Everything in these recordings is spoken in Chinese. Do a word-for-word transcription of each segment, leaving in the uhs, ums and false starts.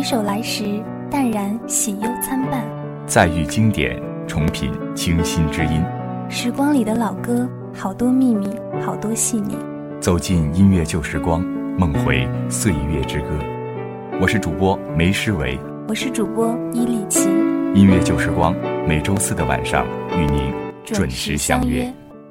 首来时，淡然喜忧参半。 再遇经典，重品清新之音。 时光里的老歌，好多秘密，好多细腻。 走进音乐旧时光，梦回岁月之歌。我是主播梅诗维， 我是主播伊利奇。 音乐旧时光，每周四的晚上与您准时相约。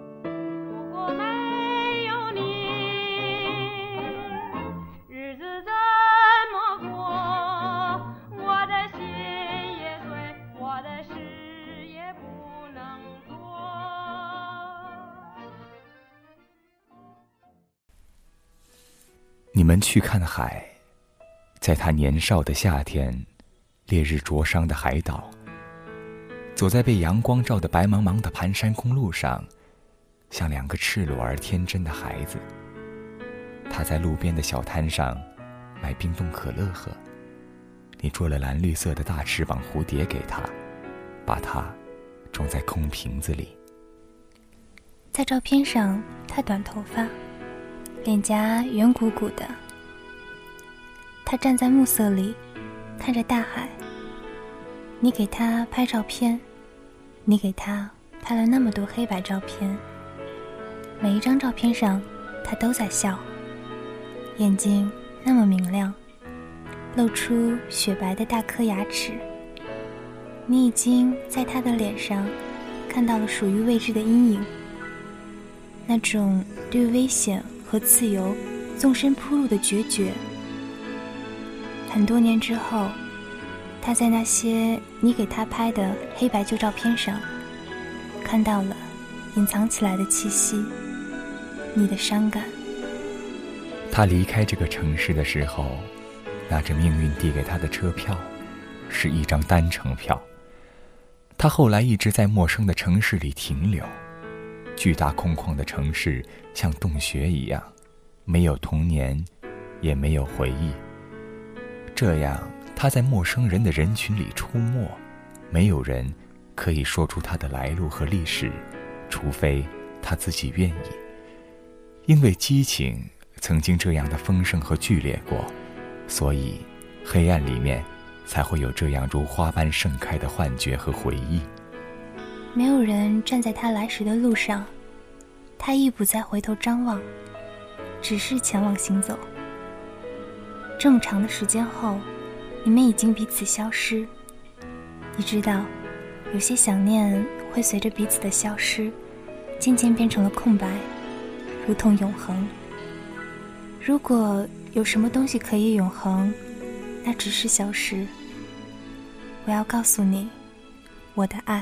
你们去看海，在他年少的夏天，烈日灼伤的海岛，走在被阳光照得白茫茫的盘山公路上，像两个赤裸而天真的孩子。他在路边的小摊上买冰冻可乐喝，你做了蓝绿色的大翅膀蝴蝶给他，把它装在空瓶子里。 在照片上，他短头发，脸颊圆鼓鼓的。他站在暮色里，看着大海。你给他拍照片，你给他拍了那么多黑白照片，每一张照片上他都在笑，眼睛那么明亮，露出雪白的大颗牙齿。你已经在他的脸上看到了属于未知的阴影，那种对危险和自由纵身扑入的决绝。很多年之后，他在那些你给他拍的黑白旧照片上看到了隐藏起来的气息，你的伤感。 他离开这个城市的时候，拿着命运递给他的车票，是一张单程票。他后来一直在陌生的城市里停留，巨大空旷的城市像洞穴一样，没有童年，也没有回忆。这样他在陌生人的人群里出没，没有人可以说出他的来路和历史，除非他自己愿意。因为激情曾经这样的丰盛和剧烈过，所以黑暗里面才会有这样如花般盛开的幻觉和回忆。 没有人站在他来时的路上，他亦不再回头张望，只是前往行走。这么长的时间后，你们已经彼此消失。你知道，有些想念会随着彼此的消失，渐渐变成了空白，如同永恒。如果有什么东西可以永恒，那只是消失。我要告诉你，我的爱。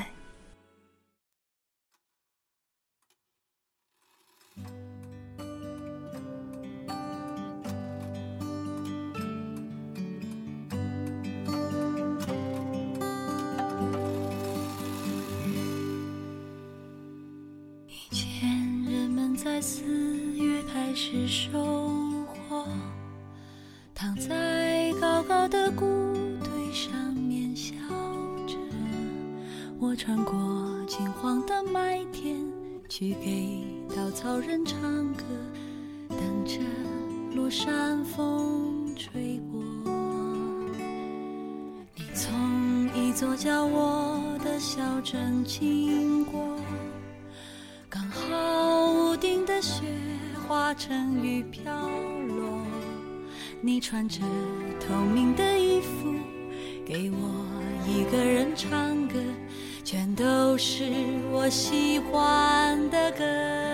以前人们在四月开始收获，躺在高高的谷堆上面笑着。我穿过金黄的麦田，去给稻草人唱歌，等着落山风吹过。你从一座叫我的小镇经过，刚好屋顶的雪化成雨飘落。你穿着透明的衣服，给我一个人唱歌，全都是我喜欢的歌。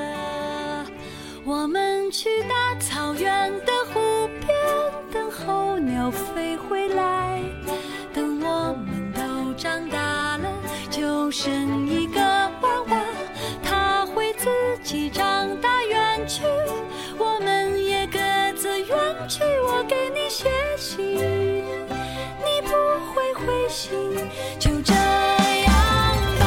我们去大草原的湖边，等候鸟飞回来。等我们都长大了，就生一个娃娃，他会自己长大远去，我们也各自远去。我给你写信，你不会回信，就这样吧。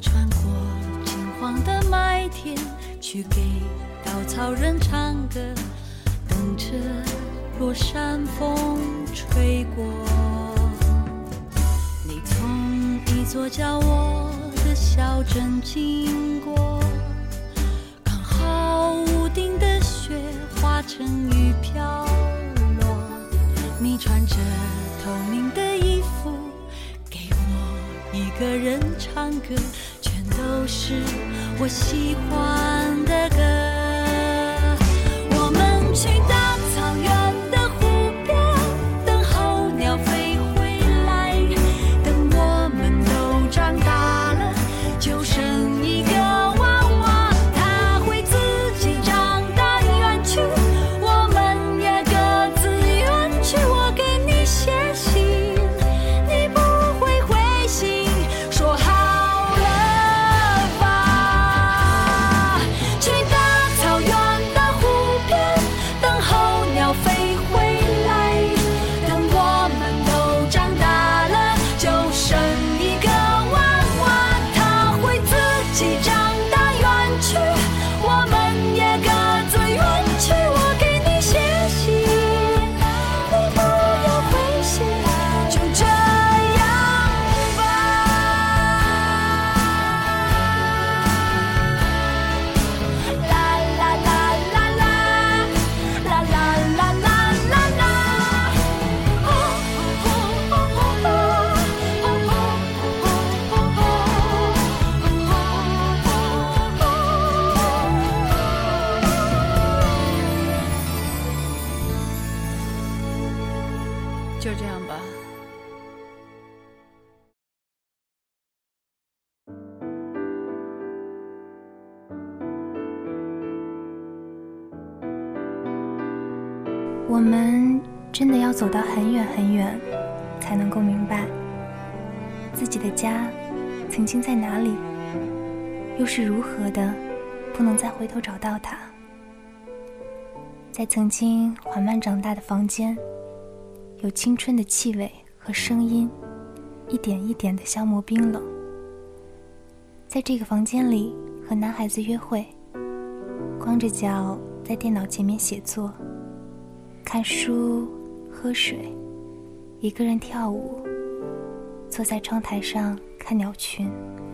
穿过金黄的麦田，去给稻草人唱歌，等着落山风吹过。你从一座叫我的小镇经过，刚好屋顶的雪化成雨飘落。你穿着透明的衣服，给我一个人唱歌，全都是我喜欢的歌。我们去大草原的湖边，等候鸟飞回来，等我们都长大了，就剩一个娃娃，他会自己长大远去，我们也各自远去。我给你写信，你不会回信，说好了吧。去大草原的湖边，等候鸟飞回来，等我们都长大了，就剩一个娃娃，他会自己长大远去，我们也各自远去。我给你写信，你不要回信，就这样吧。啦啦啦啦啦，啦啦啦啦啦啦。哦哦哦哦哦就这样吧。 我们真的要走到很远很远，才能够明白自己的家曾经在哪里，又是如何的不能再回头找到它。在曾经缓慢长大的房间，有青春的气味和声音，一点一点的消磨冰冷。在这个房间里和男孩子约会，光着脚在电脑前面写作，看书喝水，一个人跳舞，坐在窗台上看鸟群。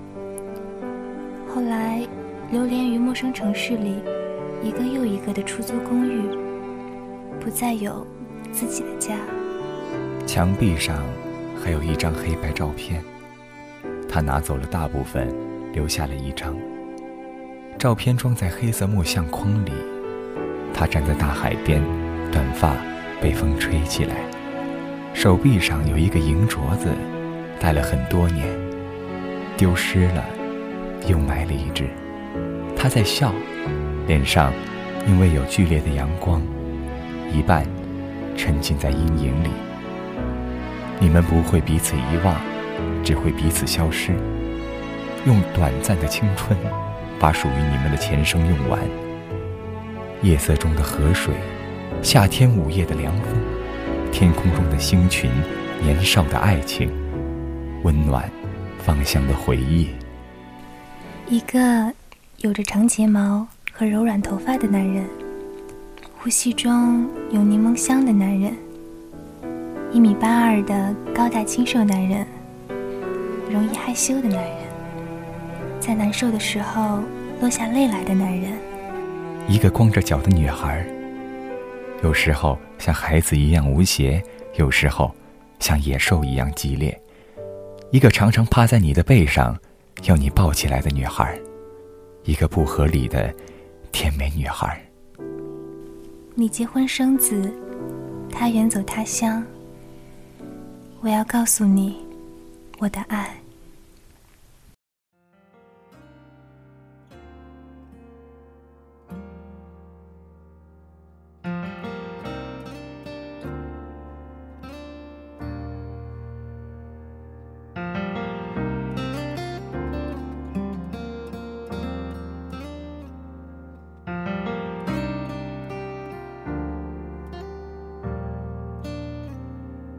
后来流连于陌生城市里一个又一个的出租公寓，不再有自己的家。 墙壁上还有一张黑白照片，他拿走了大部分，留下了一张。照片装在黑色木相框里，他站在大海边，短发被风吹起来，手臂上有一个银镯子，戴了很多年，丢失了，又买了一只。他在笑，脸上因为有剧烈的阳光，一半沉浸在阴影里。你们不会彼此遗忘，只会彼此消失，用短暂的青春把属于你们的前生用完。夜色中的河水，夏天午夜的凉风，天空中的星群，年少的爱情，温暖芳香的回忆。 一个有着长睫毛和柔软头发的男人，呼吸中有柠檬香的男人，一米八二的高大清瘦男人，容易害羞的男人，在难受的时候落下泪来的男人。 一个光着脚的女孩，有时候像孩子一样无邪，有时候像野兽一样激烈。一个常常趴在你的背上要你抱起来的女孩，一个不合理的甜美女孩。 你结婚生子，他远走他乡，我要告诉你我的爱。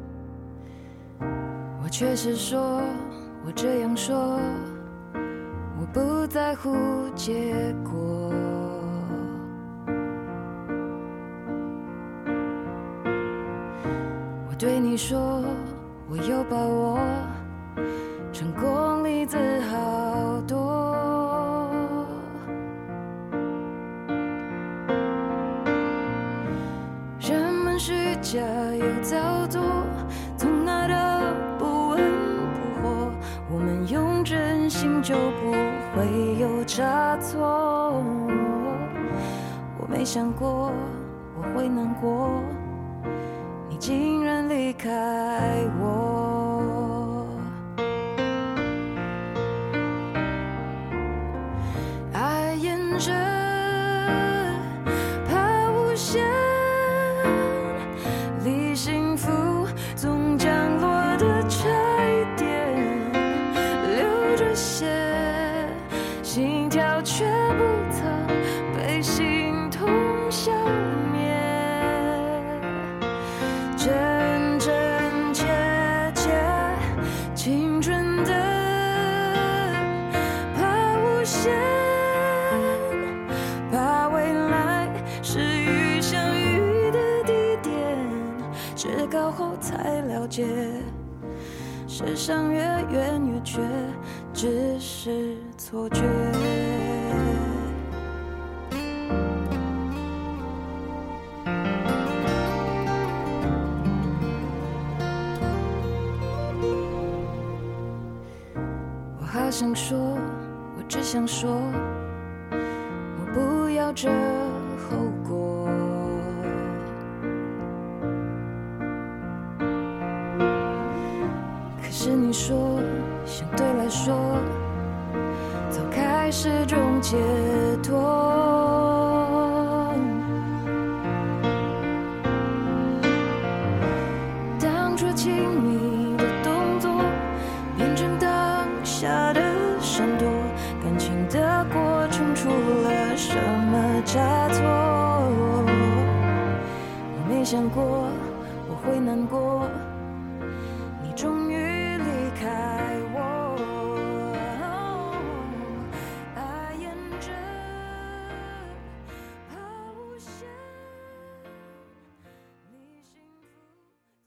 却是说，我这样说， 不在乎结果。我对你说，我有把握，成功离子好多。人们虚假又造作，从来都不温不火，我们用真心就不会有差错。我没想过我会难过，你竟然离开我。爱沿着怕无限，离幸福总降落的差一点，流着血，心跳却不曾被心痛消灭。真真切切，青春的怕无限，怕未来是与相遇的地点。知道后才了解，世上越远越绝，只是错觉。我好想说，我只想说，我不要这后果。可是你说，相对来说，早开始种解脱。当初亲密的动作变成当下的闪躲，感情的过程出了什么差错？我没想过我会难过，你终于离开我。爱沿着怕无限，离幸福。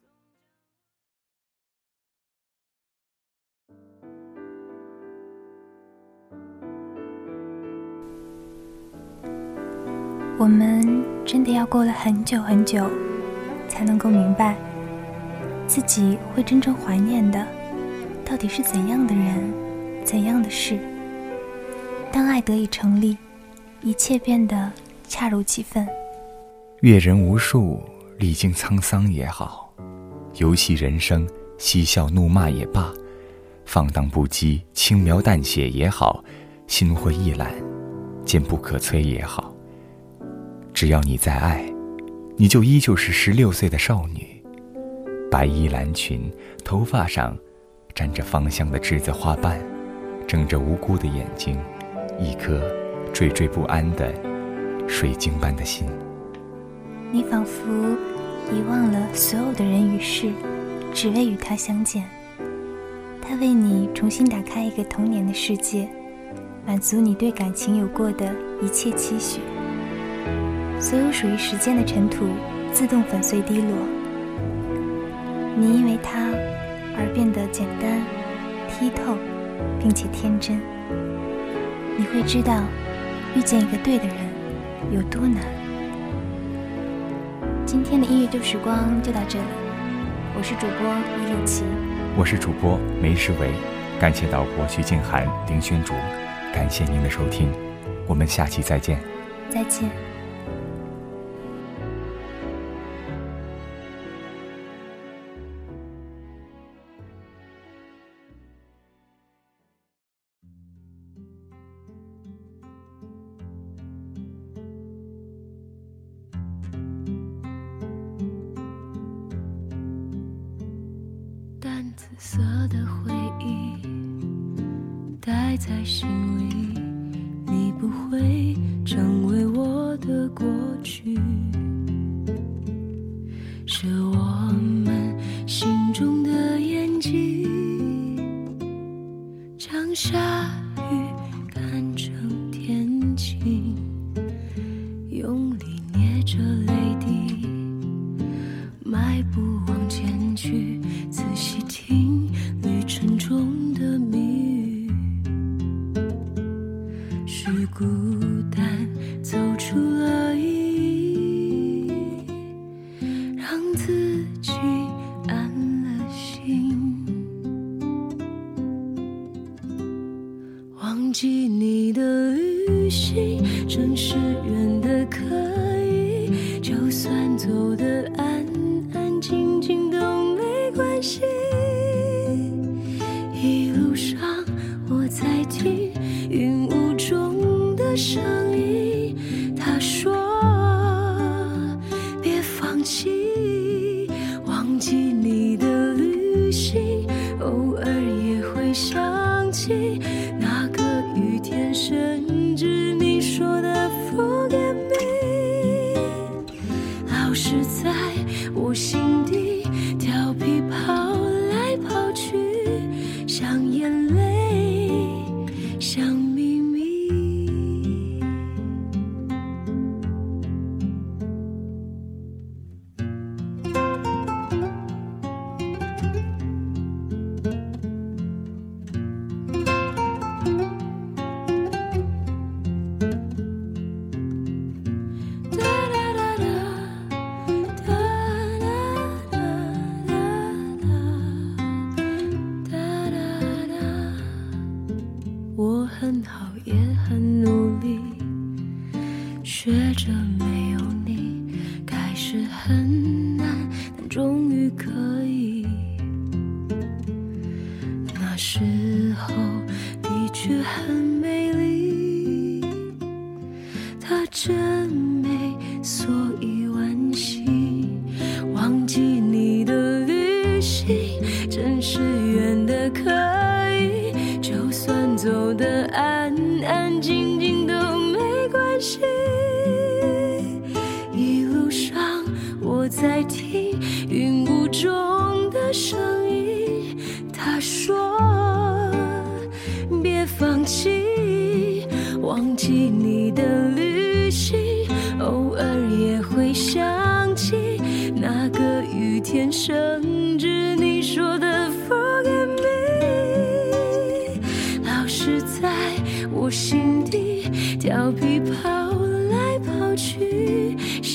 我们真的要过了很久很久，才能够明白，自己会真正怀念的，到底是怎样的人，怎样的事。当爱得以成立，一切变得恰如其分。 阅人无数，历经沧桑也好，游戏人生，嬉笑怒骂也罢，放荡不羁，轻描淡写也好，心灰意懒，坚不可摧也好，只要你在爱，你就依旧是十六岁的少女，白衣蓝裙，头发上沾着芳香的栀子花瓣，睁着无辜的眼睛，一颗惴惴不安的水晶般的心。 你仿佛遗忘了所有的人与事，只为与他相见。他为你重新打开一个童年的世界，满足你对感情有过的一切期许。所有属于时间的尘土自动粉碎滴落，你因为他而变得简单、剔透，并且天真。你会知道，遇见一个对的人有多难。今天的音乐旧时光就到这里，我是主播李柳琪， 我是主播梅世伟，感谢导播徐静涵、林宣竹，感谢您的收听，我们下期再见。 再见。 淡紫色的回忆带在心里，你不会成为我的过去，是我们心中的眼睛，将下雨赶行，偶尔也会想起那个雨天，甚至你说的 Forget me。 老是在我心底调皮跑来跑去，像眼泪，像秘密。我很好也很努力，学着没有你开始很难，但终于可以。那时候的确很美丽，它真美，所以惋惜。忘记你的旅行，真是远的可以，就算走得安安静静都没关系。一路上我在听云雾中的声音，他说别放弃，忘记你的旅行，偶尔也会想起那个雨天，甚至你说的 Forget me。 老是在我心底调皮跑来跑去。